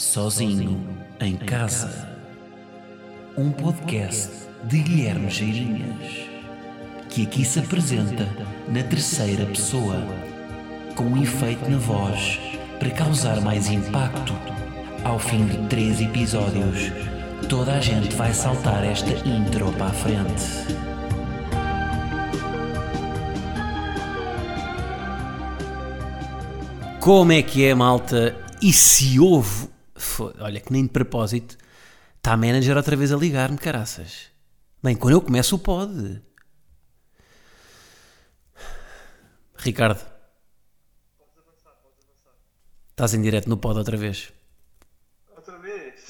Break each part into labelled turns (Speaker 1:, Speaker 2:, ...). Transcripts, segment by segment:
Speaker 1: Sozinho em Casa. Um podcast de Guilherme Geirinhas, que aqui se apresenta na terceira pessoa, com um efeito na voz para causar mais impacto. Ao fim de 3 episódios, toda a gente vai saltar esta intro para a frente. Como é que é, malta? E se houve... Olha, que nem de propósito, está a manager outra vez a ligar-me, caraças. Bem, quando eu começo o pod... Ricardo.
Speaker 2: Podes avançar.
Speaker 1: Estás em direto no pod outra vez.
Speaker 2: Outra vez?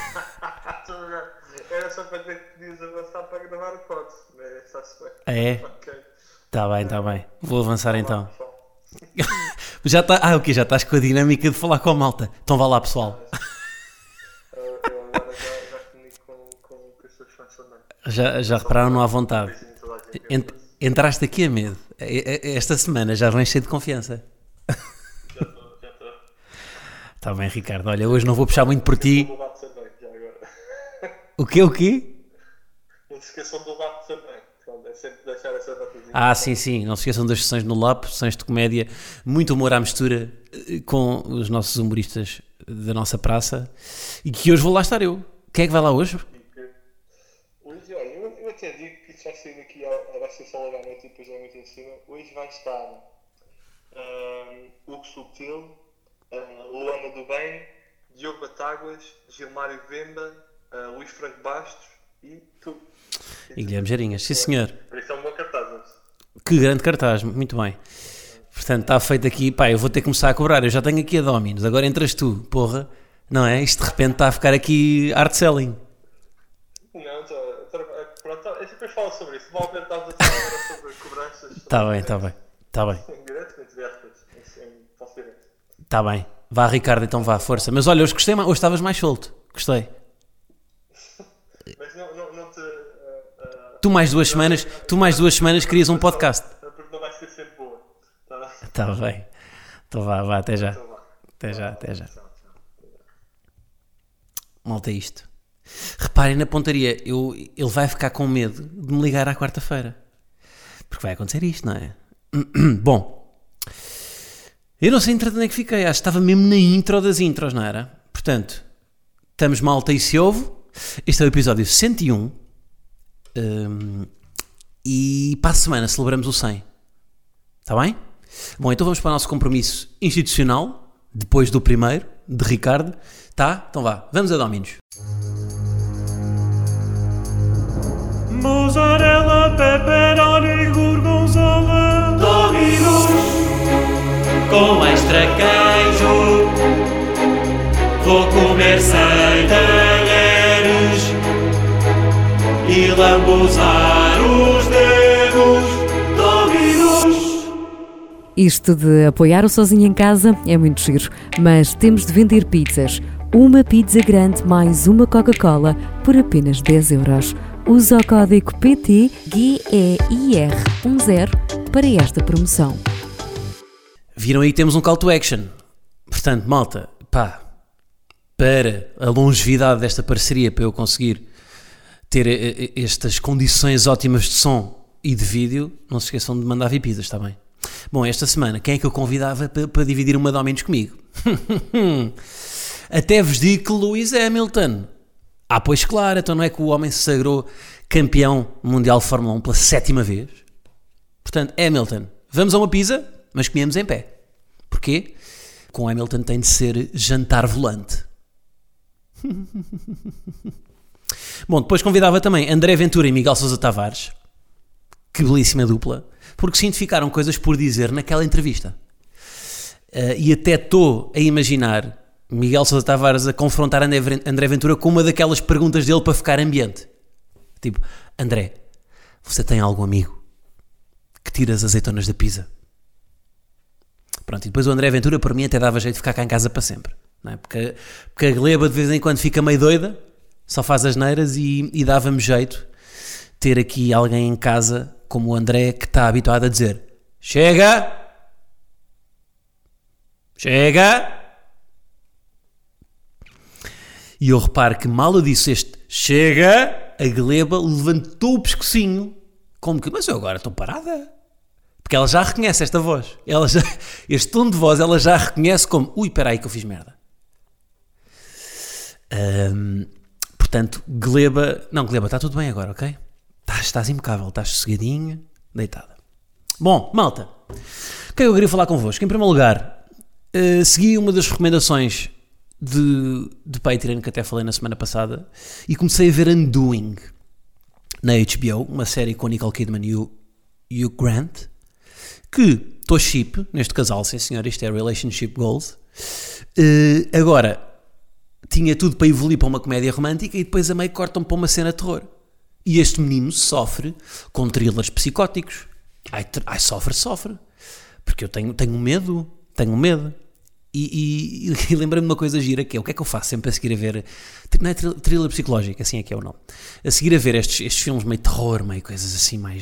Speaker 2: Era só para ter que podias avançar para gravar o pod. Está-se bem.
Speaker 1: É?
Speaker 2: Ok.
Speaker 1: Está bem. Vou avançar então. Já está... ok, já estás com a dinâmica de falar com a malta. Então vá lá, pessoal.
Speaker 2: Eu agora já comunico com pessoas que fãs também.
Speaker 1: Já repararam, não há vontade. Entraste aqui a medo. Esta semana já vens cheio de confiança.
Speaker 2: Já estou.
Speaker 1: Está bem, Ricardo. Olha, hoje não vou puxar muito por ti.
Speaker 2: Do debate também, já agora.
Speaker 1: O quê?
Speaker 2: Não se esqueçam do debate também. Pronto, é sempre deixar essa datazinha.
Speaker 1: Ah, sim. Não se esqueçam das sessões no Lab, sessões de comédia, muito humor à mistura com os nossos humoristas da nossa praça. E que hoje vou lá estar eu. Quem é que vai lá hoje?
Speaker 2: Hoje, olha, eu até digo que isso vai sair daqui, vai ser só logo à noite e depois é muito em cima. Hoje vai estar Hugo Subtil, Luana do Bem, Diogo Batáguas, Gilmário Vemba, Luís Franco Bastos e tu.
Speaker 1: E Guilherme Geirinhas, sim senhor.
Speaker 2: Por isso é um bom cartaz.
Speaker 1: Que grande cartaz, muito bem. Portanto, está feito aqui, pá, eu vou ter que começar a cobrar, eu já tenho aqui a Dominos, agora entras tu, porra, não é? Isto de repente está a ficar aqui art selling.
Speaker 2: Não, pronto, eu depois falo sobre isso. Vale a pena estarmos a falar agora sobre cobranças.
Speaker 1: Está bem.
Speaker 2: Em direto, entre aspas, em falso direto.
Speaker 1: Está bem. Vá, Ricardo, então vá, força. Mas olha, hoje gostei mais, hoje estavas mais solto, gostei.
Speaker 2: Mas não te...
Speaker 1: Tu mais duas semanas querias um podcast.
Speaker 2: A pergunta vai ser sempre boa. Tá?
Speaker 1: Está bem. Então vá, até já.
Speaker 2: Então vá.
Speaker 1: Até já.
Speaker 2: Tchau.
Speaker 1: Malta, isto. Reparem na pontaria, ele vai ficar com medo de me ligar à quarta-feira. Porque vai acontecer isto, não é? Bom, eu não sei entretanto onde é que fiquei, acho que estava mesmo na intro das intros, não era? Portanto, estamos malta e se ouve. Este é o episódio 101 e para a semana celebramos o 100. Está bem? Bom, então vamos para o nosso compromisso institucional, depois do primeiro, de Ricardo. Tá? Então vá, vamos a Dominos.
Speaker 3: Mozzarella, pepperoni, gorgonzola. Dominos com extra queijo. Vou comer sem talheres e lambuzar os dedos. Dominos.
Speaker 4: Isto de apoiar o Sozinho em Casa é muito giro, mas temos de vender pizzas. Uma pizza grande mais uma Coca-Cola por apenas 10€. Usa o código PTGEIR10 para esta promoção.
Speaker 1: Viram aí que temos um call to action. Portanto, malta, pá, para a longevidade desta parceria, para eu conseguir ter estas condições ótimas de som e de vídeo, não se esqueçam de mandar vir pizzas, está bem? Bom, esta semana, quem é que eu convidava para dividir uma Dominos comigo? Até vos digo que Lewis Hamilton. Ah, pois claro, então não é que o homem se sagrou campeão mundial de Fórmula 1 pela 7ª vez? Portanto, Hamilton, vamos a uma pizza, mas comemos em pé. Porquê? Com Hamilton tem de ser jantar volante. Bom, depois convidava também André Ventura e Miguel Sousa Tavares. Que belíssima dupla. Porque se identificaram coisas por dizer naquela entrevista. E até estou a imaginar Miguel Sousa Tavares a confrontar André Ventura com uma daquelas perguntas dele para ficar ambiente. Tipo, André, você tem algum amigo que tira as azeitonas da pizza? Pronto, e depois o André Ventura, por mim, até dava jeito de ficar cá em casa para sempre. Não é? Porque a gleba de vez em quando fica meio doida, só faz asneiras e dava-me jeito ter aqui alguém em casa como o André que está habituado a dizer: chega! E eu reparo que mal eu disse este chega, a Gleba levantou o pescocinho, como que, mas eu agora estou parada. Porque ela já reconhece esta voz. Este tom de voz ela já reconhece como, ui, espera aí que eu fiz merda. Portanto, Gleba, está tudo bem agora, ok? Estás impecável, estás sossegadinha, deitada. Bom, malta, o que é que eu queria falar convosco? Em primeiro lugar, segui uma das recomendações de Patreon que até falei na semana passada e comecei a ver Undoing na HBO, uma série com Nicole Kidman e o Hugh Grant, que estou chip neste casal, sim senhor, isto é Relationship Goals. Agora, tinha tudo para evoluir para uma comédia romântica e depois a meio cortam para uma cena de terror. E este menino sofre com thrillers psicóticos. Sofre. Porque eu tenho medo. E lembrei-me de uma coisa gira, que é o que é que eu faço sempre a seguir a ver, não é thriller psicológico, assim é que é o nome, a seguir a ver estes filmes meio terror, meio coisas assim mais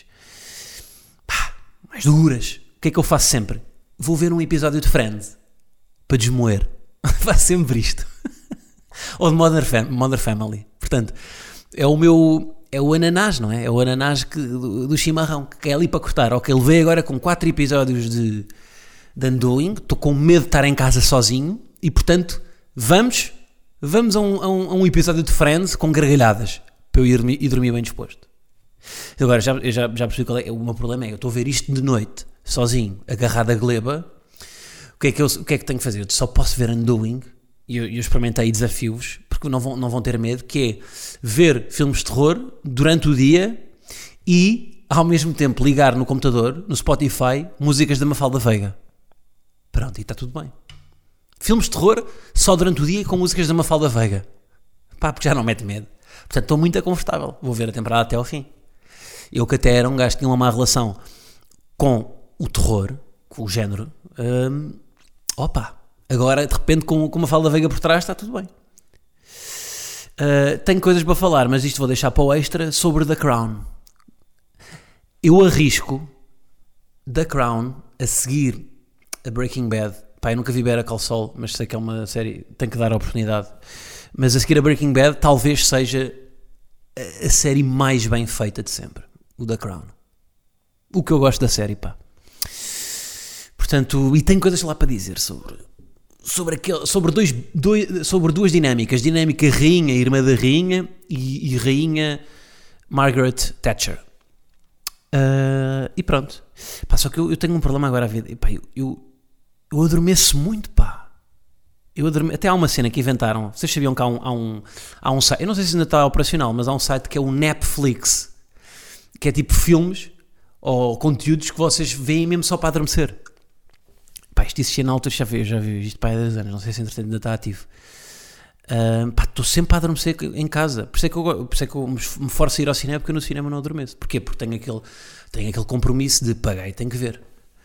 Speaker 1: duras. O que é que eu faço sempre? Vou ver um episódio de Friends para desmoer. Faço sempre isto. Ou de Modern Family. Portanto, é o ananás, não é? É o ananás do chimarrão que é ali para cortar. Ok, ele veio agora com 4 episódios de Undoing, estou com medo de estar em casa sozinho e, portanto, vamos a um episódio de Friends com gargalhadas para eu ir dormir bem disposto. Agora, eu já percebi qual é o meu problema. Eu estou a ver isto de noite, sozinho, agarrado à Gleba. O que é que tenho que fazer? Eu só posso ver Undoing e eu experimentei desafios, porque não vão ter medo, que é ver filmes de terror durante o dia e, ao mesmo tempo, ligar no computador, no Spotify, músicas da Mafalda Veiga. Pronto, e está tudo bem. Filmes de terror só durante o dia com músicas da Mafalda Veiga. Porque já não mete medo. Portanto, estou muito confortável. Vou ver a temporada até ao fim. Eu que até era um gajo que tinha uma má relação com o terror, com o género. Agora, de repente, com uma Mafalda Veiga por trás, está tudo bem. Tenho coisas para falar, mas isto vou deixar para o extra, sobre The Crown. Eu arrisco The Crown a seguir a Breaking Bad. Eu nunca vi Better Call Saul, mas sei que é uma série, tenho que dar a oportunidade. Mas a seguir a Breaking Bad talvez seja a série mais bem feita de sempre, o The Crown. O que eu gosto da série, Portanto, e tenho coisas lá para dizer sobre duas dinâmicas. Dinâmica rainha, irmã da rainha, e rainha Margaret Thatcher. E pronto. Só que eu tenho um problema agora a ver. Eu adormeço muito, até há uma cena que inventaram. Vocês sabiam que há um site, eu não sei se ainda está operacional, mas há um site que é o Netflix, que é tipo filmes ou conteúdos que vocês veem mesmo só para adormecer. Isto existia na altura, já vi isto há 10 anos, não sei se entretanto ainda está ativo. Estou sempre a adormecer em casa, por isso é que eu me forço a ir ao cinema, porque eu no cinema não adormeço. Porquê? Porque tenho aquele compromisso de pagar e tenho que ver.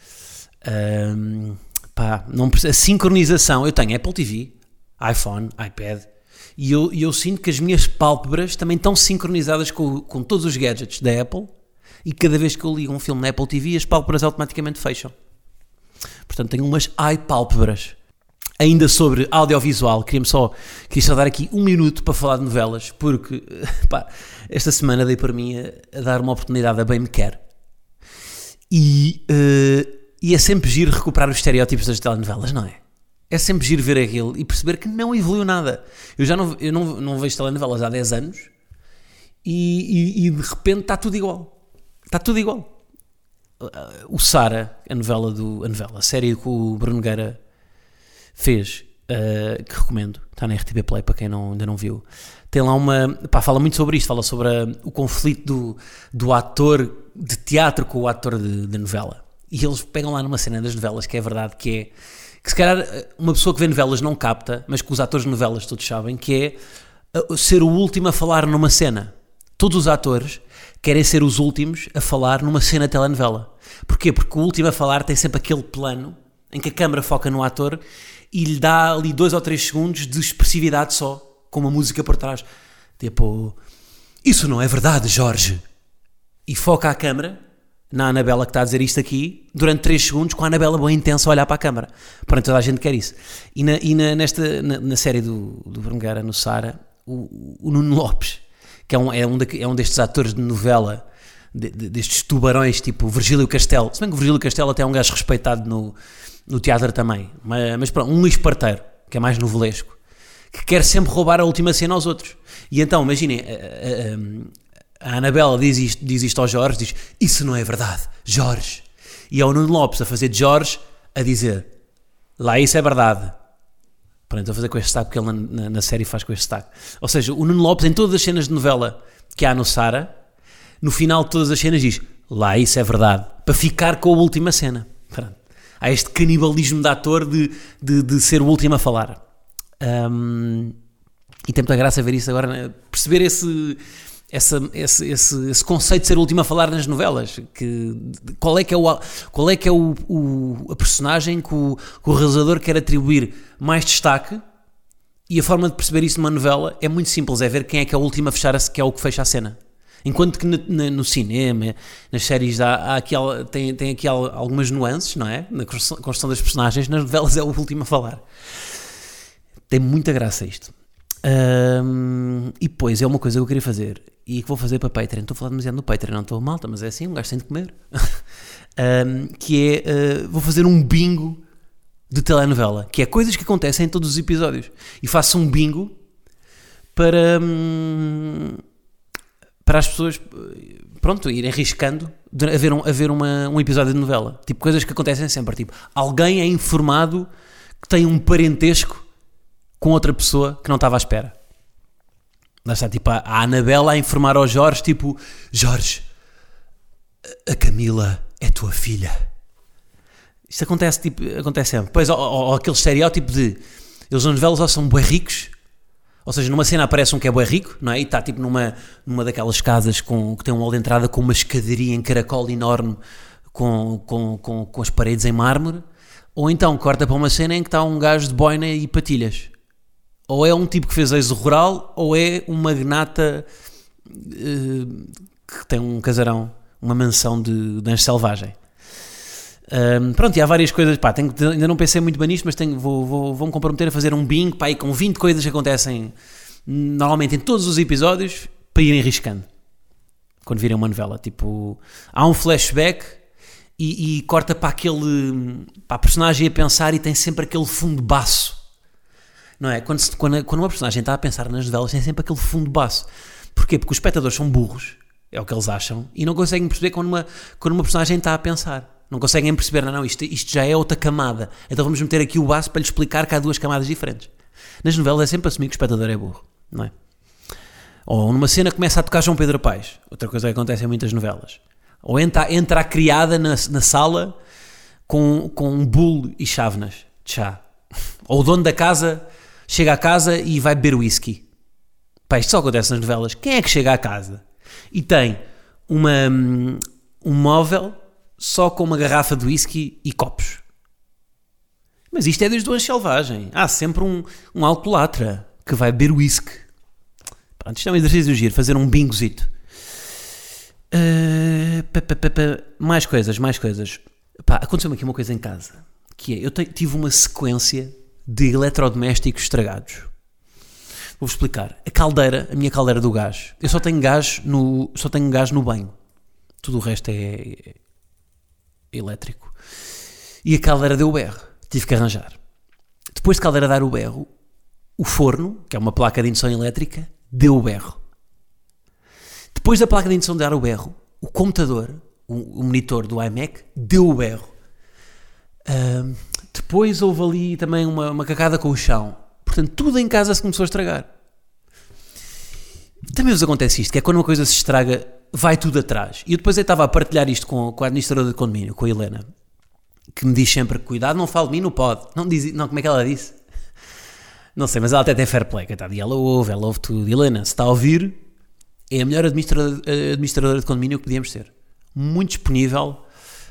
Speaker 1: Não precisa, a sincronização, eu tenho Apple TV, iPhone, iPad, e eu sinto que as minhas pálpebras também estão sincronizadas com todos os gadgets da Apple, e cada vez que eu ligo um filme na Apple TV as pálpebras automaticamente fecham. Portanto, tenho umas pálpebras. Ainda sobre audiovisual, queria só dar aqui um minuto para falar de novelas, porque esta semana dei para mim a dar uma oportunidade a Bem Me Quer. E é sempre giro recuperar os estereótipos das telenovelas, não é? É sempre giro ver aquilo e perceber que não evoluiu nada. Eu não vejo telenovelas há 10 anos e de repente está tudo igual. Está tudo igual. O Sara, a série que o Bruno Nogueira fez, que recomendo, está na RTP Play para quem ainda não viu. Tem lá fala muito sobre isto, fala sobre o conflito do ator de teatro com o ator de novela. E eles pegam lá numa cena das novelas, que é verdade, que se calhar uma pessoa que vê novelas não capta, mas que os atores de novelas todos sabem, que é ser o último a falar numa cena. Todos os atores querem ser os últimos a falar numa cena de telenovela. Porquê? Porque o último a falar tem sempre aquele plano em que a câmara foca no ator e lhe dá ali 2 ou 3 segundos de expressividade só, com uma música por trás. Tipo, isso não é verdade, Jorge. E foca a câmara, na Anabela que está a dizer isto aqui, durante 3 segundos, com a Anabela bem intensa a olhar para a câmara. Portanto, toda a gente quer isso. Na série do Vermelhara no Sara, o Nuno Lopes, que é um destes atores de novela, destes tubarões, tipo Virgílio Castelo, se bem que o Virgílio Castelo até é um gajo respeitado no teatro também, mas pronto, um Luís Parteiro, que é mais novelesco, que quer sempre roubar a última cena aos outros. E então, imaginem, a Anabela diz isto ao Jorge, diz, isso não é verdade, Jorge. E é o Nuno Lopes a fazer de Jorge, a dizer, lá isso é verdade. Pronto, estou a fazer com este sotaque, porque ele na série faz com este sotaque. Ou seja, o Nuno Lopes, em todas as cenas de novela que há no Sara, no final de todas as cenas diz, lá isso é verdade, para ficar com a última cena. Pronto. Há este canibalismo de ator de ser o último a falar. E tem muita graça ver isso agora, perceber esse conceito de ser o último a falar nas novelas. Qual é que é a personagem que o realizador quer atribuir mais destaque, e a forma de perceber isso numa novela é muito simples, é ver quem é que é o último a fechar, que é o que fecha a cena. Enquanto que no cinema, nas séries, tem aqui algumas nuances, não é? Na construção das personagens, nas novelas é o último a falar. Tem muita graça isto. E depois é uma coisa que eu queria fazer e que vou fazer para Patreon. Estou a falar demasiado no Patreon, não estou malta, mas é assim, um gajo tem de comer. Que é, vou fazer um bingo de telenovela, que é coisas que acontecem em todos os episódios. E faço um bingo para as pessoas, pronto, irem riscando haver um episódio de novela. Tipo, coisas que acontecem sempre. Tipo, alguém é informado que tem um parentesco com outra pessoa que não estava à espera. Lá está, tipo, a Anabela a informar ao Jorge, tipo, Jorge, a Camila é tua filha. Isto acontece sempre. Depois, ou aquele estereótipo de, eles nas novelas ou são bué ricos, ou seja, numa cena aparece um que é bué rico, não é? E está tipo numa daquelas casas que tem um hall de entrada com uma escadaria em caracol enorme, com as paredes em mármore, ou então corta para uma cena em que está um gajo de boina e patilhas. Ou é um tipo que fez êxodo rural, ou é um magnata que tem um casarão, uma mansão de anjo selvagem. Pronto, e há várias coisas, pá, ainda não pensei muito bem nisto, mas vou-me comprometer a fazer um bingo, pá, aí com 20 coisas que acontecem normalmente em todos os episódios, para irem riscando quando virem uma novela. Tipo, há um flashback e corta para a personagem a pensar, e tem sempre aquele fundo baço, não é? Quando uma personagem está a pensar nas novelas, tem sempre aquele fundo baço. Porquê? Porque os espectadores são burros, é o que eles acham, e não conseguem perceber quando uma personagem está a pensar. Não conseguem perceber, isto já é outra camada, então vamos meter aqui o baço para lhe explicar que há duas camadas diferentes. Nas novelas é sempre assumir que o espectador é burro, não é? Ou numa cena começa a tocar João Pedro Paes, outra coisa que acontece em muitas novelas. Ou entra a criada na sala com um bule e chávenas de chá. Ou o dono da casa chega à casa e vai beber whisky. Pá, isto só acontece nas novelas. Quem é que chega à casa e tem um móvel só com uma garrafa de whisky e copos? Mas isto é desde o Anjo Selvagem. Há sempre um alcoolatra que vai beber whisky. Pronto, isto é um exercício giro, fazer um bingozito. Mais coisas. Pá, aconteceu-me aqui uma coisa em casa, que é, eu tive uma sequência de eletrodomésticos estragados. Vou-vos explicar. A minha caldeira do gás, eu só tenho gás no banho. Tudo o resto é elétrico. E a caldeira deu o berro. Tive que arranjar. Depois de caldeira dar o berro, o forno, que é uma placa de indução elétrica, deu o berro. Depois da placa de indução dar o berro, o computador, o monitor do iMac, deu o berro. Depois houve ali também uma cacada com o chão. Portanto, tudo em casa se começou a estragar. Também vos acontece isto, que é quando uma coisa se estraga, vai tudo atrás. E eu depois estava a partilhar isto com a administradora de condomínio, com a Helena, que me diz sempre, cuidado, não fale de mim no pod. Não, como é que ela disse? Não sei, mas ela até tem fair play, coitada, e ela ouve tudo. Helena, se está a ouvir, é a melhor administradora de condomínio que podíamos ter. Muito disponível.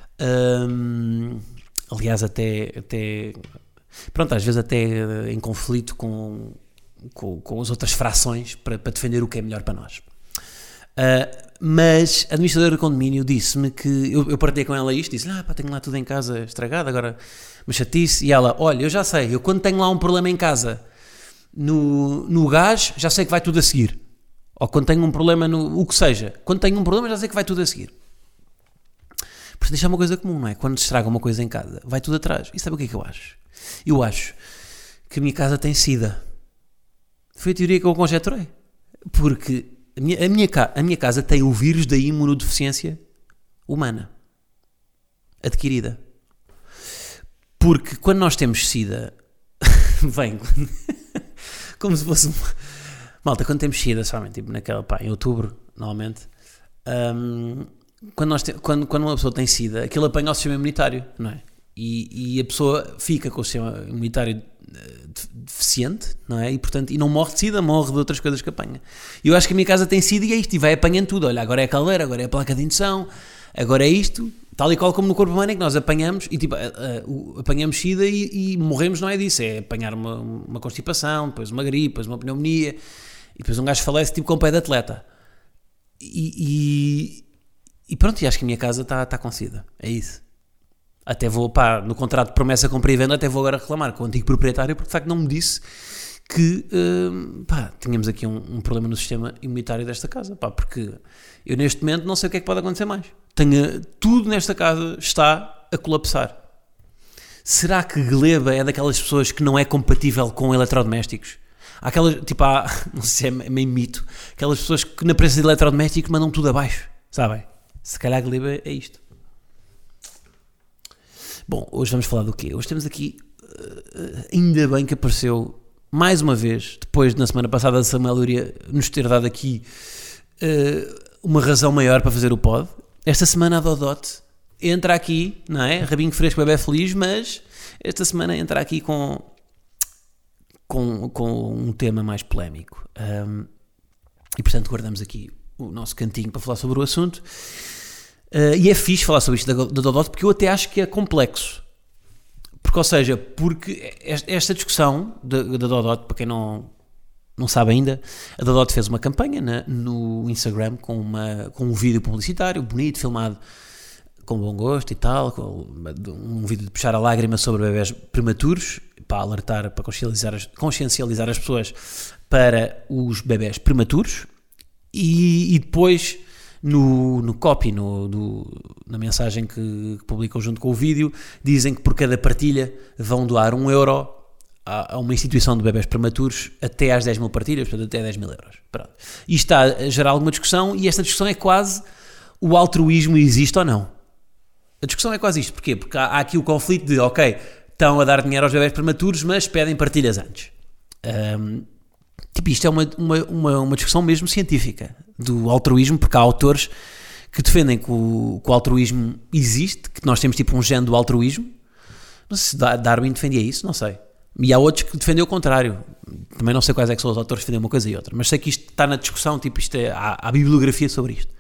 Speaker 1: Aliás, até pronto, às vezes até em conflito com as outras frações para defender o que é melhor para nós. Mas a administradora do condomínio disse-me que, eu partilhei com ela isto, disse, pá, tenho lá tudo em casa estragado, agora me chatice, e ela, olha, eu já sei, eu quando tenho lá um problema em casa no gás, já sei que vai tudo a seguir. Ou quando tenho um problema o que seja, quando tenho um problema já sei que vai tudo a seguir. Porque isto é uma coisa comum, não é? Quando se estraga uma coisa em casa, vai tudo atrás. E sabe o que é que eu acho? Eu acho que a minha casa tem SIDA. Foi a teoria que eu conjeturei. Porque a minha casa tem o vírus da imunodeficiência humana. Adquirida. Porque quando nós temos SIDA, vem como se fosse malta, quando temos SIDA, somente tipo em outubro, normalmente, quando uma pessoa tem SIDA, aquilo apanha o sistema imunitário, não é? E a pessoa fica com o sistema imunitário deficiente, não é? E portanto, e não morre de SIDA, morre de outras coisas que apanha. E eu acho que a minha casa tem SIDA e é isto, e vai apanhando tudo. Olha, agora é a caldeira, agora é a placa de indução, agora é isto, tal e qual como no corpo humano, é que nós apanhamos, e tipo, apanhamos SIDA e morremos, não é disso, é apanhar uma constipação, depois uma gripe, depois uma pneumonia, e depois um gajo falece tipo com o pé de atleta. E pronto, e acho que a minha casa está com SIDA, é isso. Até vou, no contrato de promessa, compra e venda, até vou agora reclamar com o antigo proprietário, porque de facto não me disse que, tínhamos aqui um problema no sistema imunitário desta casa, porque eu neste momento não sei o que é que pode acontecer mais. Tudo nesta casa está a colapsar. Será que Gleba é daquelas pessoas que não é compatível com eletrodomésticos? Aquelas, tipo, não sei se é meio mito, aquelas pessoas que na presença de eletrodomésticos mandam tudo abaixo, sabem? Se calhar Gleba é isto. Bom, hoje vamos falar do quê? Hoje temos aqui, ainda bem que apareceu mais uma vez, depois de na semana passada a Samuel Luria nos ter dado aqui uma razão maior para fazer o pod. Esta semana a Dodote entra aqui, não é? Rabinho fresco, bebé feliz, mas esta semana entra aqui com um tema mais polémico. E portanto guardamos aqui o nosso cantinho para falar sobre o assunto. E é fixe falar sobre isto da Dodote, porque eu até acho que é complexo. Porque esta discussão da Dodote, para quem não sabe ainda, a Dodote fez uma campanha no Instagram com um vídeo publicitário bonito, filmado com bom gosto e tal, com um vídeo de puxar a lágrima sobre bebés prematuros, para alertar, para consciencializar as pessoas para os bebés prematuros, e depois no copy, na mensagem que publicam junto com o vídeo, dizem que por cada partilha vão doar €1 a uma instituição de bebés prematuros até às 10 mil partilhas, portanto até 10 mil euros. Pronto. Isto está a gerar alguma discussão, e esta discussão é quase: o altruísmo existe ou não? A discussão é quase isto. Porquê? Porque há aqui o conflito de, ok, estão a dar dinheiro aos bebés prematuros, mas pedem partilhas antes. Isto é uma discussão mesmo científica do altruísmo, porque há autores que defendem que o altruísmo existe, que nós temos tipo um gene do altruísmo. Não sei se Darwin defendia isso, não sei. E há outros que defendem o contrário. Também não sei quais é que são os autores que defendem uma coisa e outra, mas sei que isto está na discussão, há bibliografia sobre isto.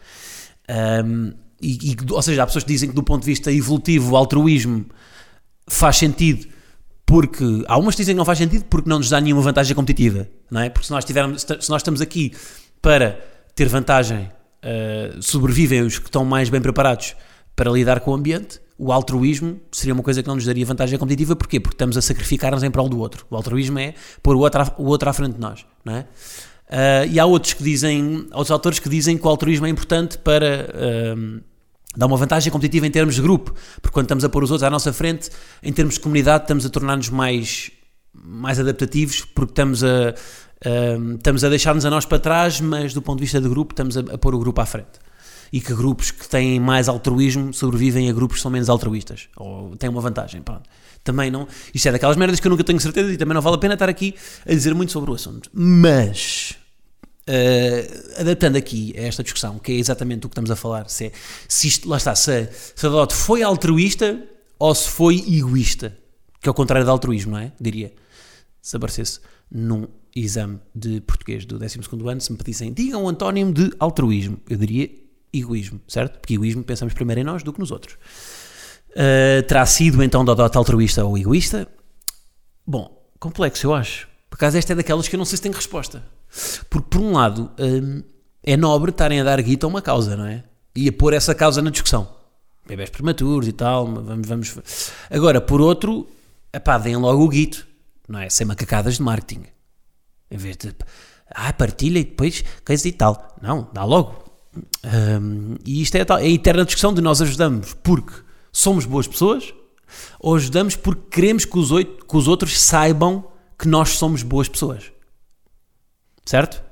Speaker 1: Ou seja, há pessoas que dizem que do ponto de vista evolutivo o altruísmo faz sentido, porque há umas que dizem que não faz sentido porque não nos dá nenhuma vantagem competitiva, não é? Porque se nós estamos aqui para ter vantagem, sobrevivem os que estão mais bem preparados para lidar com o ambiente. O altruísmo seria uma coisa que não nos daria vantagem competitiva. Porquê? Porque estamos a sacrificar-nos em prol do outro. O altruísmo é pôr o outro à frente de nós, não é? E há outros autores que dizem que o altruísmo é importante para dar uma vantagem competitiva em termos de grupo, porque quando estamos a pôr os outros à nossa frente, em termos de comunidade, estamos a tornar-nos mais adaptativos, porque estamos a deixar-nos a nós para trás, mas do ponto de vista de grupo estamos a pôr o grupo à frente. E que grupos que têm mais altruísmo sobrevivem a grupos que são menos altruístas, ou têm uma vantagem. Pronto. Também não, isto é daquelas merdas que eu nunca tenho certeza, e também não vale a pena estar aqui a dizer muito sobre o assunto. Mas adaptando aqui a esta discussão, que é exatamente o que estamos a falar, se a Dodote foi altruísta ou se foi egoísta, que é o contrário de altruísmo, não é? Diria, se aparecesse num exame de português do 12º ano, se me pedissem, digam o antónimo de altruísmo, eu diria egoísmo, certo? Porque egoísmo pensamos primeiro em nós do que nos outros. Terá sido então Dodote altruísta ou egoísta? Bom, complexo, eu acho. Por acaso esta é daquelas que eu não sei se tenho resposta. Porque por um lado é nobre estarem a dar guita a uma causa, não é? E a pôr essa causa na discussão. Bebés prematuros e tal, vamos... Agora, por outro, deem logo o guito, não é? Sem macacadas de marketing. Em vez de, partilha e depois coisa e tal. Não, dá logo. E isto é a eterna discussão de nós ajudamos porque somos boas pessoas ou ajudamos porque queremos que os outros saibam que nós somos boas pessoas. Certo?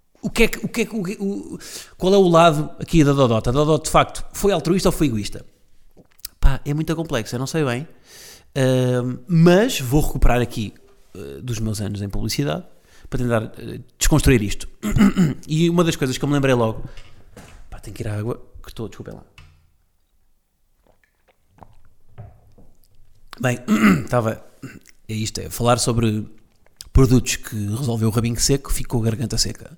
Speaker 1: Qual é o lado aqui da Dodota? A Dodota, de facto, foi altruísta ou foi egoísta? É muito complexo, eu não sei bem. Mas vou recuperar aqui dos meus anos em publicidade para tentar desconstruir isto. E uma das coisas que eu me lembrei logo... tenho que ir à água, que estou... Desculpem lá. Bem, estava... É isto, é falar sobre... produtos que resolveu o rabinho seco, ficou a garganta seca.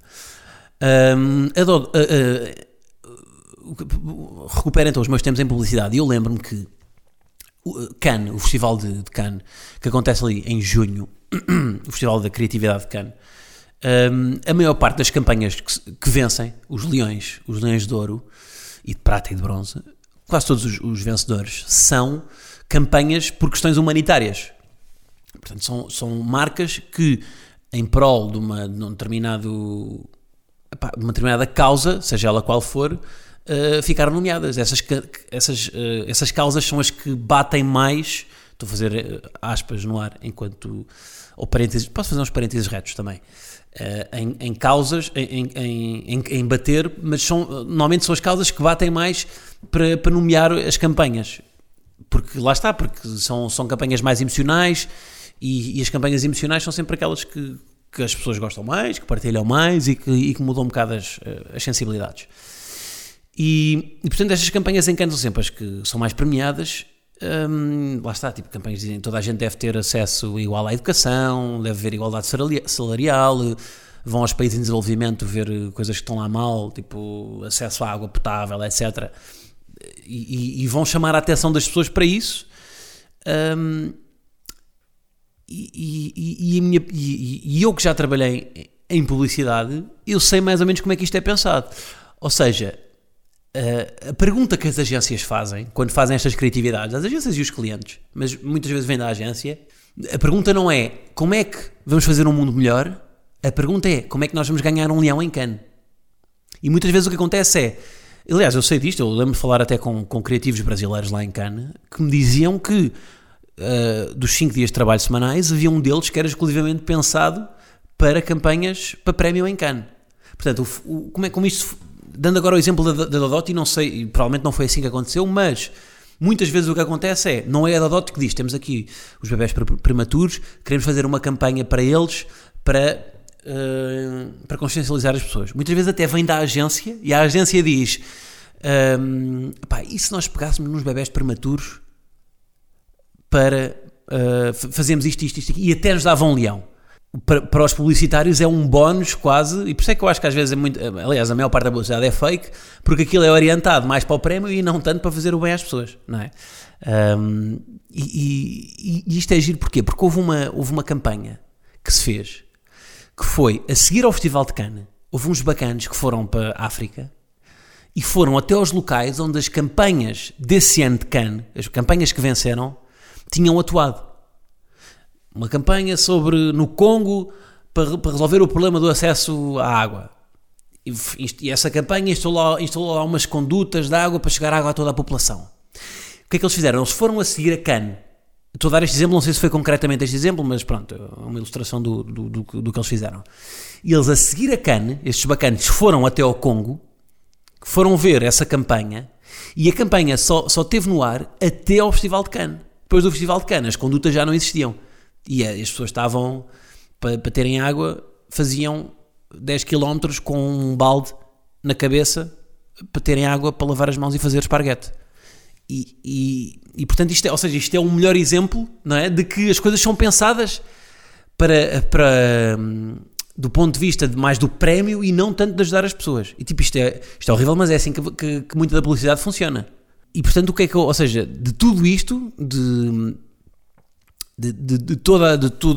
Speaker 1: Recupero então os meus tempos em publicidade e eu lembro-me que Cannes, o festival de Cannes, que acontece ali em junho, o festival da criatividade de Cannes, a maior parte das campanhas que vencem, os leões de ouro e de prata e de bronze, quase todos os vencedores, são campanhas por questões humanitárias. Portanto, são marcas que, em prol de uma determinada causa, seja ela qual for, ficaram nomeadas. Essas causas são as que batem mais. Estou a fazer aspas no ar enquanto... Ou parênteses, posso fazer uns parênteses retos também. Em causas, em bater, mas normalmente são as causas que batem mais para nomear as campanhas. Porque lá está, porque são campanhas mais emocionais. E as campanhas emocionais são sempre aquelas que as pessoas gostam mais, que partilham mais e que mudam um bocado as sensibilidades. E portanto, estas campanhas em Cannes são sempre as que são mais premiadas. Lá está, tipo campanhas que dizem que toda a gente deve ter acesso igual à educação, deve haver igualdade salarial, vão aos países em desenvolvimento ver coisas que estão lá mal, tipo acesso à água potável, etc. E vão chamar a atenção das pessoas para isso. E eu que já trabalhei em publicidade, eu sei mais ou menos como é que isto é pensado. Ou seja, a pergunta que as agências fazem quando fazem estas criatividades, as agências e os clientes, mas muitas vezes vem da agência, a pergunta não é como é que vamos fazer um mundo melhor, a pergunta é como é que nós vamos ganhar um leão em Cannes. E muitas vezes o que acontece é, aliás, eu sei disto, eu lembro de falar até com criativos brasileiros lá em Cannes, que me diziam que dos 5 dias de trabalho semanais, havia um deles que era exclusivamente pensado para campanhas para prémio em Cannes. Portanto, como isto, dando agora o exemplo da Dodot, e não sei, e provavelmente não foi assim que aconteceu, mas muitas vezes o que acontece não é a Dodot que diz, temos aqui os bebés prematuros, queremos fazer uma campanha para eles, para consciencializar as pessoas. Muitas vezes até vem da agência, e a agência diz, e se nós pegássemos nos bebés prematuros para fazermos isto, e até nos dava um leão. Para os publicitários é um bónus quase, e por isso é que eu acho que às vezes aliás, a maior parte da publicidade é fake, porque aquilo é orientado mais para o prémio e não tanto para fazer o bem às pessoas, não é? E isto é giro porquê? Porque houve uma campanha que se fez, que foi, a seguir ao Festival de Cannes, houve uns bacanos que foram para a África e foram até aos locais onde as campanhas desse ano de Cannes, as campanhas que venceram, tinham atuado. Uma campanha no Congo para resolver o problema do acesso à água. E essa campanha instalou lá umas condutas de água para chegar água a toda a população. O que é que eles fizeram? Eles foram a seguir a Cannes. Estou a dar este exemplo, não sei se foi concretamente este exemplo, mas pronto, é uma ilustração do que eles fizeram. E eles a seguir a Cannes, estes bacanos foram até ao Congo, foram ver essa campanha, e a campanha só esteve no ar até ao Festival de Cannes. Depois do Festival de Cannes, as condutas já não existiam. E as pessoas estavam, para terem água, faziam 10 km com um balde na cabeça para terem água para lavar as mãos e fazer esparguete. E portanto, isto é um melhor exemplo, não é, de que as coisas são pensadas para do ponto de vista mais do prémio e não tanto de ajudar as pessoas. E tipo, isto é horrível, mas é assim que muita da publicidade funciona. E portanto, o que é que ou seja, de tudo isto, de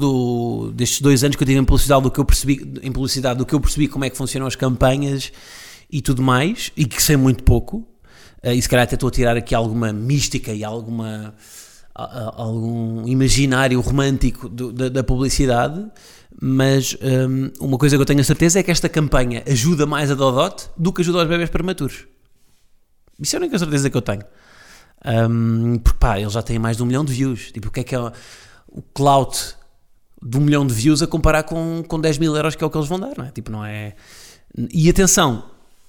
Speaker 1: tudo destes 2 anos que eu tive em publicidade, do que eu percebi como é que funcionam as campanhas e tudo mais, e que sei muito pouco, e se calhar até estou a tirar aqui alguma mística e algum imaginário romântico da publicidade, mas uma coisa que eu tenho a certeza é que esta campanha ajuda mais a Dodot do que ajuda aos bebés prematuros. Isso é a única certeza que eu tenho. Porque pá, eles já têm mais de 1 milhão de views. Tipo, o que é o clout de 1 milhão de views a comparar com 10 mil euros, que é o que eles vão dar, não é? Tipo, não é... E atenção,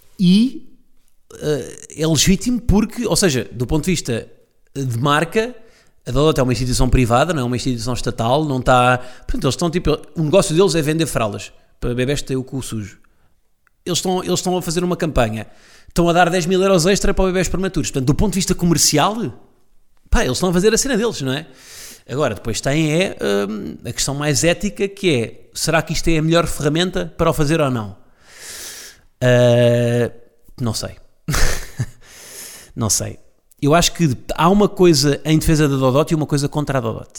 Speaker 1: é legítimo porque, ou seja, do ponto de vista de marca, a Dodot é uma instituição privada, não é uma instituição estatal, não está... Portanto, eles estão tipo... O negócio deles é vender fraldas para bebés que têm o cu sujo. Eles estão a fazer uma campanha, estão a dar 10 mil euros extra para bebés prematuros. Portanto, do ponto de vista comercial, pá, eles estão a fazer a cena deles, não é? Agora, depois tem a questão mais ética, que é, será que isto é a melhor ferramenta para o fazer ou não? Não sei. Não sei. Eu acho que há uma coisa em defesa da Dodot e uma coisa contra a Dodot.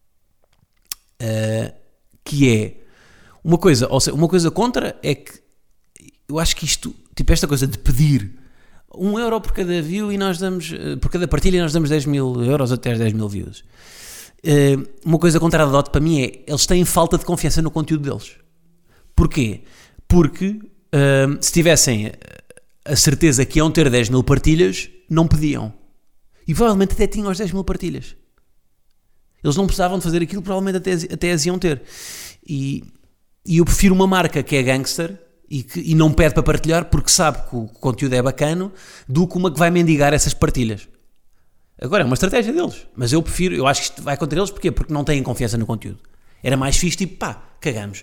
Speaker 1: Que é uma coisa, ou seja, uma coisa contra é que eu acho que isto, tipo esta coisa de pedir 1 euro por cada view e nós damos, por cada partilha e nós damos 10 mil euros até 10 mil views. Uma coisa contra a Dodot para mim é, eles têm falta de confiança no conteúdo deles. Porquê? Porque se tivessem a certeza que iam ter 10 mil partilhas, não pediam. E provavelmente até tinham as 10 mil partilhas. Eles não precisavam de fazer aquilo, provavelmente até as iam ter. E eu prefiro uma marca que é gangster e não pede para partilhar porque sabe que o conteúdo é bacano, do que uma que vai mendigar essas partilhas. Agora, é uma estratégia deles. Mas eu acho que isto vai contra eles, porquê? Porque não têm confiança no conteúdo. Era mais fixe, tipo, pá, cagamos.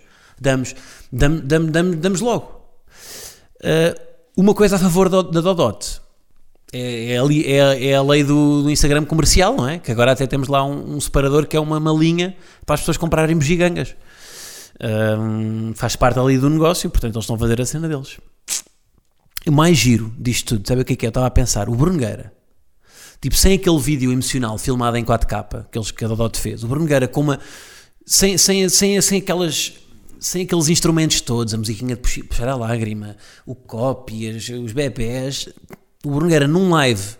Speaker 1: Damos logo. Uma coisa a favor da Dodot é a lei do Instagram comercial, não é? Que agora até temos lá um separador que é uma malinha para as pessoas comprarem bugigangas. Faz parte ali do negócio, portanto eles estão a fazer a cena deles. O mais giro disto tudo, sabe o que é? Eu estava a pensar, o Bruno Nogueira, tipo, sem aquele vídeo emocional filmado em 4K que a Dodot fez, o Bruno Nogueira com uma... sem aqueles instrumentos todos, a musiquinha de puxar a lágrima, o copy, os bebés, o Bruno Nogueira num live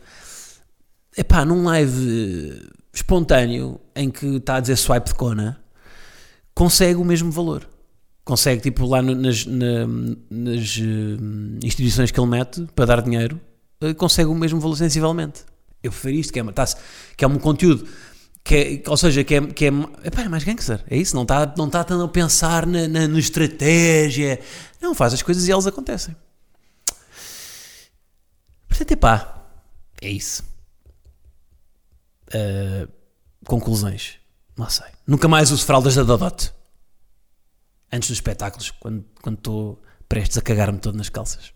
Speaker 1: espontâneo, em que está a dizer swipe de cona, consegue o mesmo valor. Consegue, tipo, lá nas instituições que ele mete para dar dinheiro, consegue o mesmo valor sensivelmente. Eu prefiro isto, que é um conteúdo que é mais gangster, é isso, não está tanto a pensar na estratégia, não, faz as coisas e elas acontecem. Portanto, é isso. Conclusões, não sei. Nunca mais uso fraldas da Dodot antes dos espetáculos, quando estou prestes a cagar-me todo nas calças.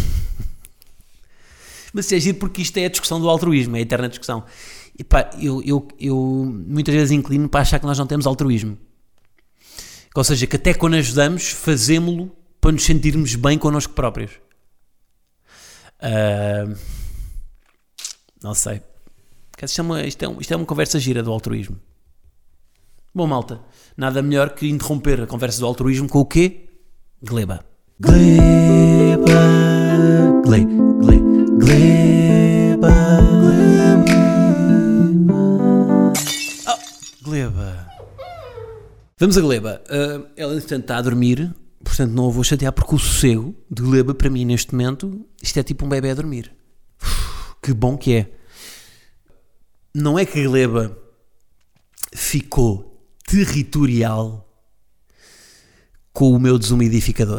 Speaker 1: Mas é giro porque isto é a discussão do altruísmo, é a eterna discussão. E pá, eu muitas vezes inclino para achar que nós não temos altruísmo. Ou seja, que até quando ajudamos, fazemos-lo para nos sentirmos bem connosco próprios. Não sei. Isto é uma conversa gira do altruísmo. Bom, malta, nada melhor que interromper a conversa do altruísmo com o quê? Gleba. Gleba. Gleba. Gleba. Vamos a Gleba. Ela, entretanto, está a dormir, portanto não a vou chatear, porque o sossego de Gleba, para mim, neste momento, isto é tipo um bebê a dormir. Que bom que é. Não é que a Gleba ficou territorial com o meu desumidificador.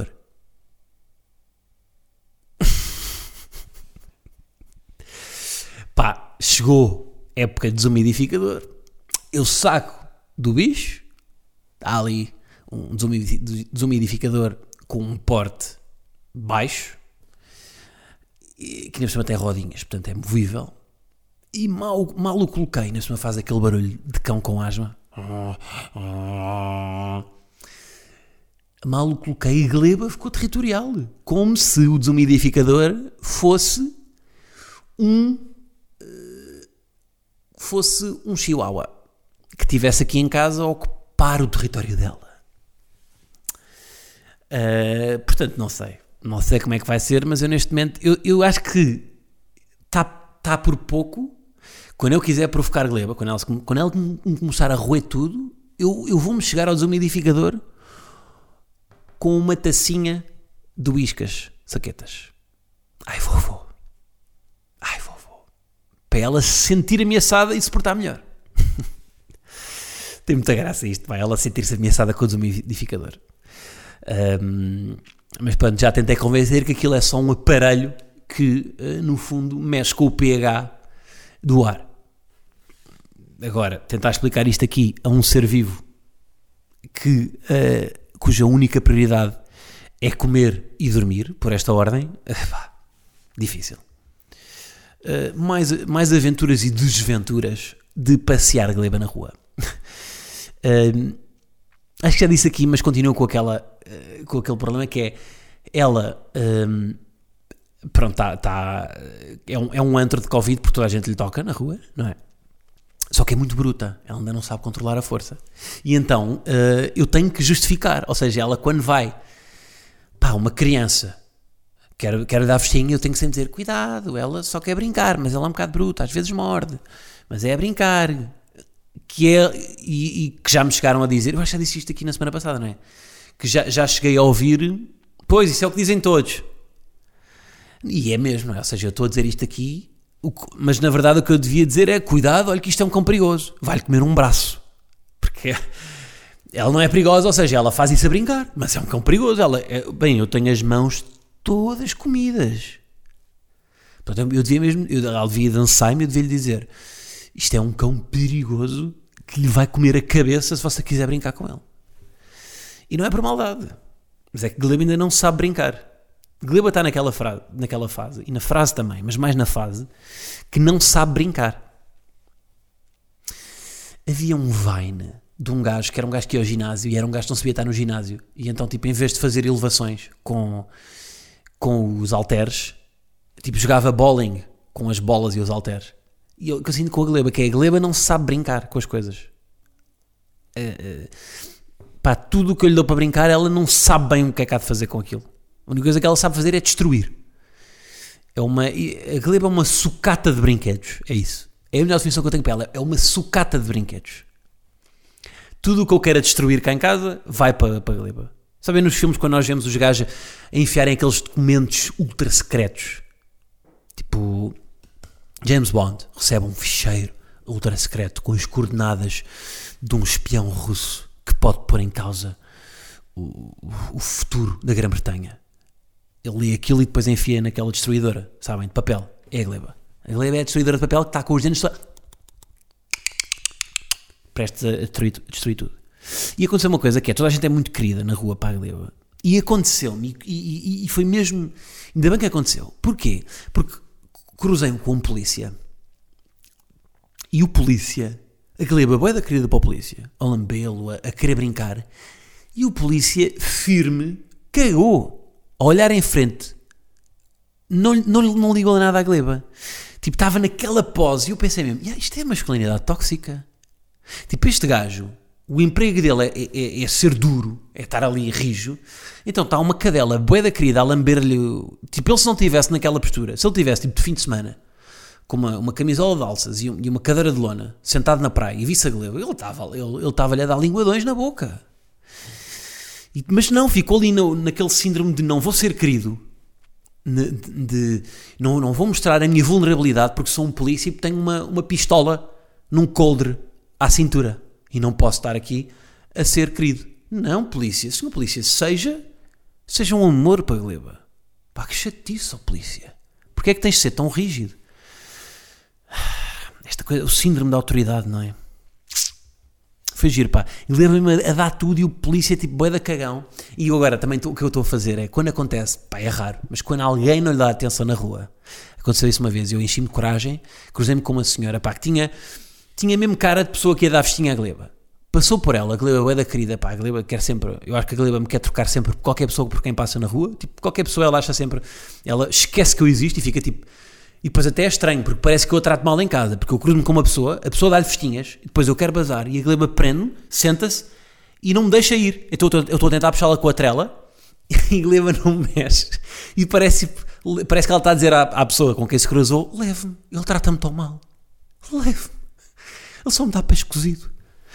Speaker 1: Pá, chegou época de desumidificador, eu saco do bicho, há ali um desumidificador com um porte baixo, que ainda por cima tem rodinhas, portanto é movível, e mal o coloquei, ainda por cima faz aquele barulho de cão com asma. Mal o coloquei, a Gleba ficou territorial, como se o desumidificador fosse um chihuahua que estivesse aqui em casa a ocupar o território dela. Portanto, não sei. Não sei como é que vai ser, mas eu neste momento, eu acho que está por pouco. Quando eu quiser provocar Gleba, quando ela começar a roer tudo, eu vou-me chegar ao desumidificador com uma tacinha de Whiskas Saquetas. Ai, vovô. Para ela se sentir ameaçada e se portar melhor. Tem muita graça isto, vai ela sentir-se ameaçada com o desumidificador. Mas pronto, já tentei convencer que aquilo é só um aparelho que, no fundo, mexe com o pH do ar. Agora, tentar explicar isto aqui a um ser vivo cuja única prioridade é comer e dormir, por esta ordem, difícil. Mais aventuras e desventuras de passear Gleba na rua. Acho que já disse aqui, mas continuo com aquele problema que é ela pronto, é um antro de Covid porque toda a gente lhe toca na rua, não é? Só que é muito bruta, ela ainda não sabe controlar a força e então eu tenho que justificar, ou seja, ela quando vai uma criança quero dar festinha, eu tenho que sempre dizer cuidado, ela só quer brincar, mas ela é um bocado bruta, às vezes morde, mas é a brincar, e que já me chegaram a dizer, eu acho que já disse isto aqui na semana passada, não é? Que já cheguei a ouvir, pois, isso é o que dizem todos, e é mesmo, não é? Ou seja, eu estou a dizer isto aqui, mas na verdade o que eu devia dizer é cuidado, olha que isto é um cão perigoso, vai-lhe comer um braço, porque ela não é perigosa, ou seja, ela faz isso a brincar, mas é um cão perigoso, bem, eu tenho as mãos todas comidas. Portanto, eu devia dançar-me, eu devia lhe dizer isto é um cão perigoso que lhe vai comer a cabeça se você quiser brincar com ele. E não é por maldade, mas é que Gleba ainda não sabe brincar. Gleba está naquela fase, e na frase também, mas mais na fase, que não sabe brincar. Havia um Vine de um gajo que era um gajo que ia ao ginásio e era um gajo que não sabia estar no ginásio, e então tipo, em vez de fazer elevações com os halteres, tipo, jogava bowling com as bolas e os halteres. E eu sinto com a Gleba, que a Gleba não sabe brincar com as coisas. Tudo o que eu lhe dou para brincar, ela não sabe bem o que é que há de fazer com aquilo. A única coisa que ela sabe fazer é destruir. A Gleba é uma sucata de brinquedos, é isso. É a melhor definição que eu tenho para ela, é uma sucata de brinquedos. Tudo o que eu quero destruir cá em casa, vai para a Gleba. Sabem nos filmes quando nós vemos os gajos a enfiarem aqueles documentos ultra secretos, tipo James Bond recebe um ficheiro ultra secreto com as coordenadas de um espião russo que pode pôr em causa o futuro da Grã-Bretanha. Ele lê aquilo e depois enfia naquela destruidora, sabem, de papel. É a Gleba. A Gleba é a destruidora de papel que está com os dentes prestes a destruir tudo. E aconteceu uma coisa que toda a gente é muito querida na rua para a Gleba. E aconteceu-me, e foi mesmo, ainda bem que aconteceu. Porquê? Porque cruzei-me com um polícia, e o polícia, a Gleba bué da querida para o polícia, a lambê-lo, a querer brincar, e o polícia firme cagou, a olhar em frente, não ligou nada à Gleba. Tipo, estava naquela pose, e eu pensei mesmo, isto é masculinidade tóxica. Tipo, este gajo, o emprego dele é ser duro, é estar ali rijo, então está uma cadela bué da querida a lamber-lhe, tipo, ele se não estivesse naquela postura, se ele estivesse tipo de fim de semana, com uma camisola de alças e uma cadeira de lona, sentado na praia e visse a Gleba, ele estava-lhe a dar linguadões na boca. Mas não, ficou ali naquele síndrome de não vou ser querido, não vou mostrar a minha vulnerabilidade porque sou um polícia e tenho uma pistola num coldre à cintura. E não posso estar aqui a ser querido. Não, polícia. Senhor polícia, seja um amor para a Gleba. Que chatice, polícia. Porquê é que tens de ser tão rígido? Esta coisa, o síndrome da autoridade, não é? Foi giro, E leva-me a dar tudo e o polícia tipo bué da cagão. E agora também o que eu estou a fazer é, quando acontece, é raro, mas quando alguém não lhe dá atenção na rua, aconteceu isso uma vez, eu enchi-me de coragem, cruzei-me com uma senhora, que tinha mesmo cara de pessoa que ia dar festinha à Gleba. Passou por ela, a Gleba é da querida, a Gleba quer sempre, eu acho que a Gleba me quer trocar sempre por qualquer pessoa por quem passa na rua, tipo, qualquer pessoa ela acha sempre, ela esquece que eu existo e fica tipo, e depois até é estranho, porque parece que eu a trato mal em casa, porque eu cruzo-me com uma pessoa, a pessoa dá-lhe festinhas, e depois eu quero bazar, e a Gleba prende-me, senta-se, e não me deixa ir. Eu estou a tentar puxá-la com a trela, e Gleba não mexe. E parece que ela está a dizer à pessoa com quem se cruzou: leve-me, ele trata-me tão mal. Leve-me. Ele só me dá peixe cozido.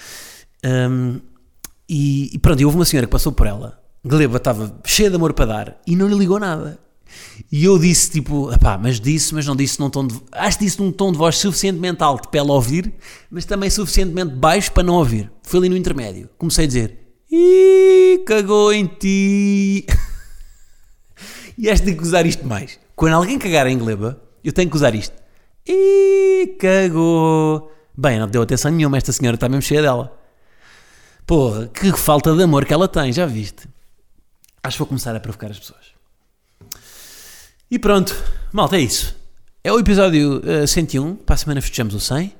Speaker 1: E pronto, e houve uma senhora que passou por ela. Gleba estava cheia de amor para dar e não lhe ligou nada. E eu disse tipo, mas não disse num tom de... Acho que disse num tom de voz suficientemente alto para ela ouvir, mas também suficientemente baixo para não ouvir. Foi ali no intermédio. Comecei a dizer: ih, cagou em ti. E acho que tenho que usar isto mais. Quando alguém cagar em Gleba, eu tenho que usar isto. Ih, cagou. Bem, não deu atenção nenhuma, esta senhora está mesmo cheia dela. Porra, que falta de amor que ela tem, já viste? Acho que vou começar a provocar as pessoas. E pronto, malta, é isso. É o episódio 101, para a semana festejamos o 100.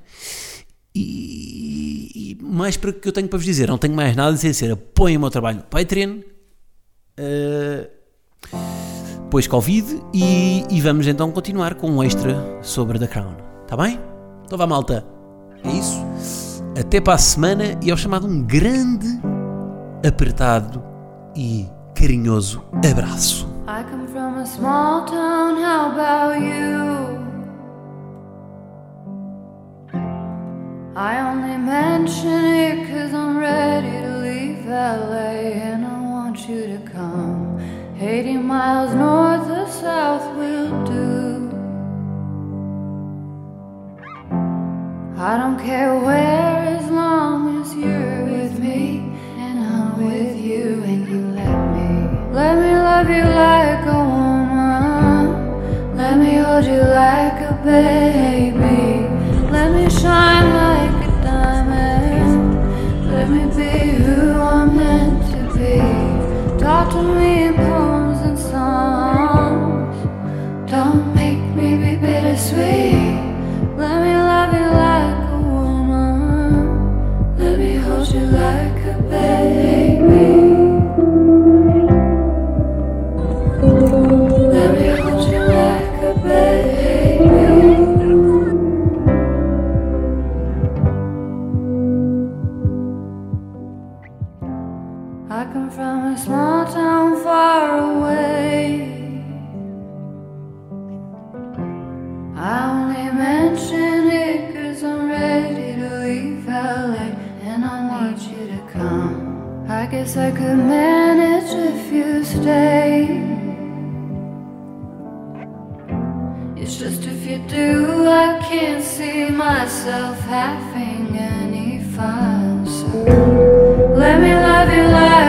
Speaker 1: E mais para o que eu tenho para vos dizer, não tenho mais nada a dizer, apoiem o meu trabalho no Patreon, depois Covid, e vamos então continuar com um extra sobre The Crown, está bem? Então vá, malta, é isso. Até para a semana e ao chamado um grande, apertado e carinhoso abraço.
Speaker 5: I come from a small town, how about you? I only mention it 'cause I'm ready to leave LA and I want you to come. 80 miles north or south will do. I don't care where as long as you're with me and I'm with you and you let me love you like a woman. Let me hold you like a baby. Let me shine like a diamond. Let me be who I'm meant to be. Talk to me in poems and songs. Don't make me be bittersweet. Let me love you like a woman. Let me hold you like a baby. Let me hold you like a baby. I come from a small town far away. I only mention it 'cause I'm ready to leave LA and I want you to come. I guess I could manage if you stay. It's just if you do, I can't see myself having any fun. So let me love you like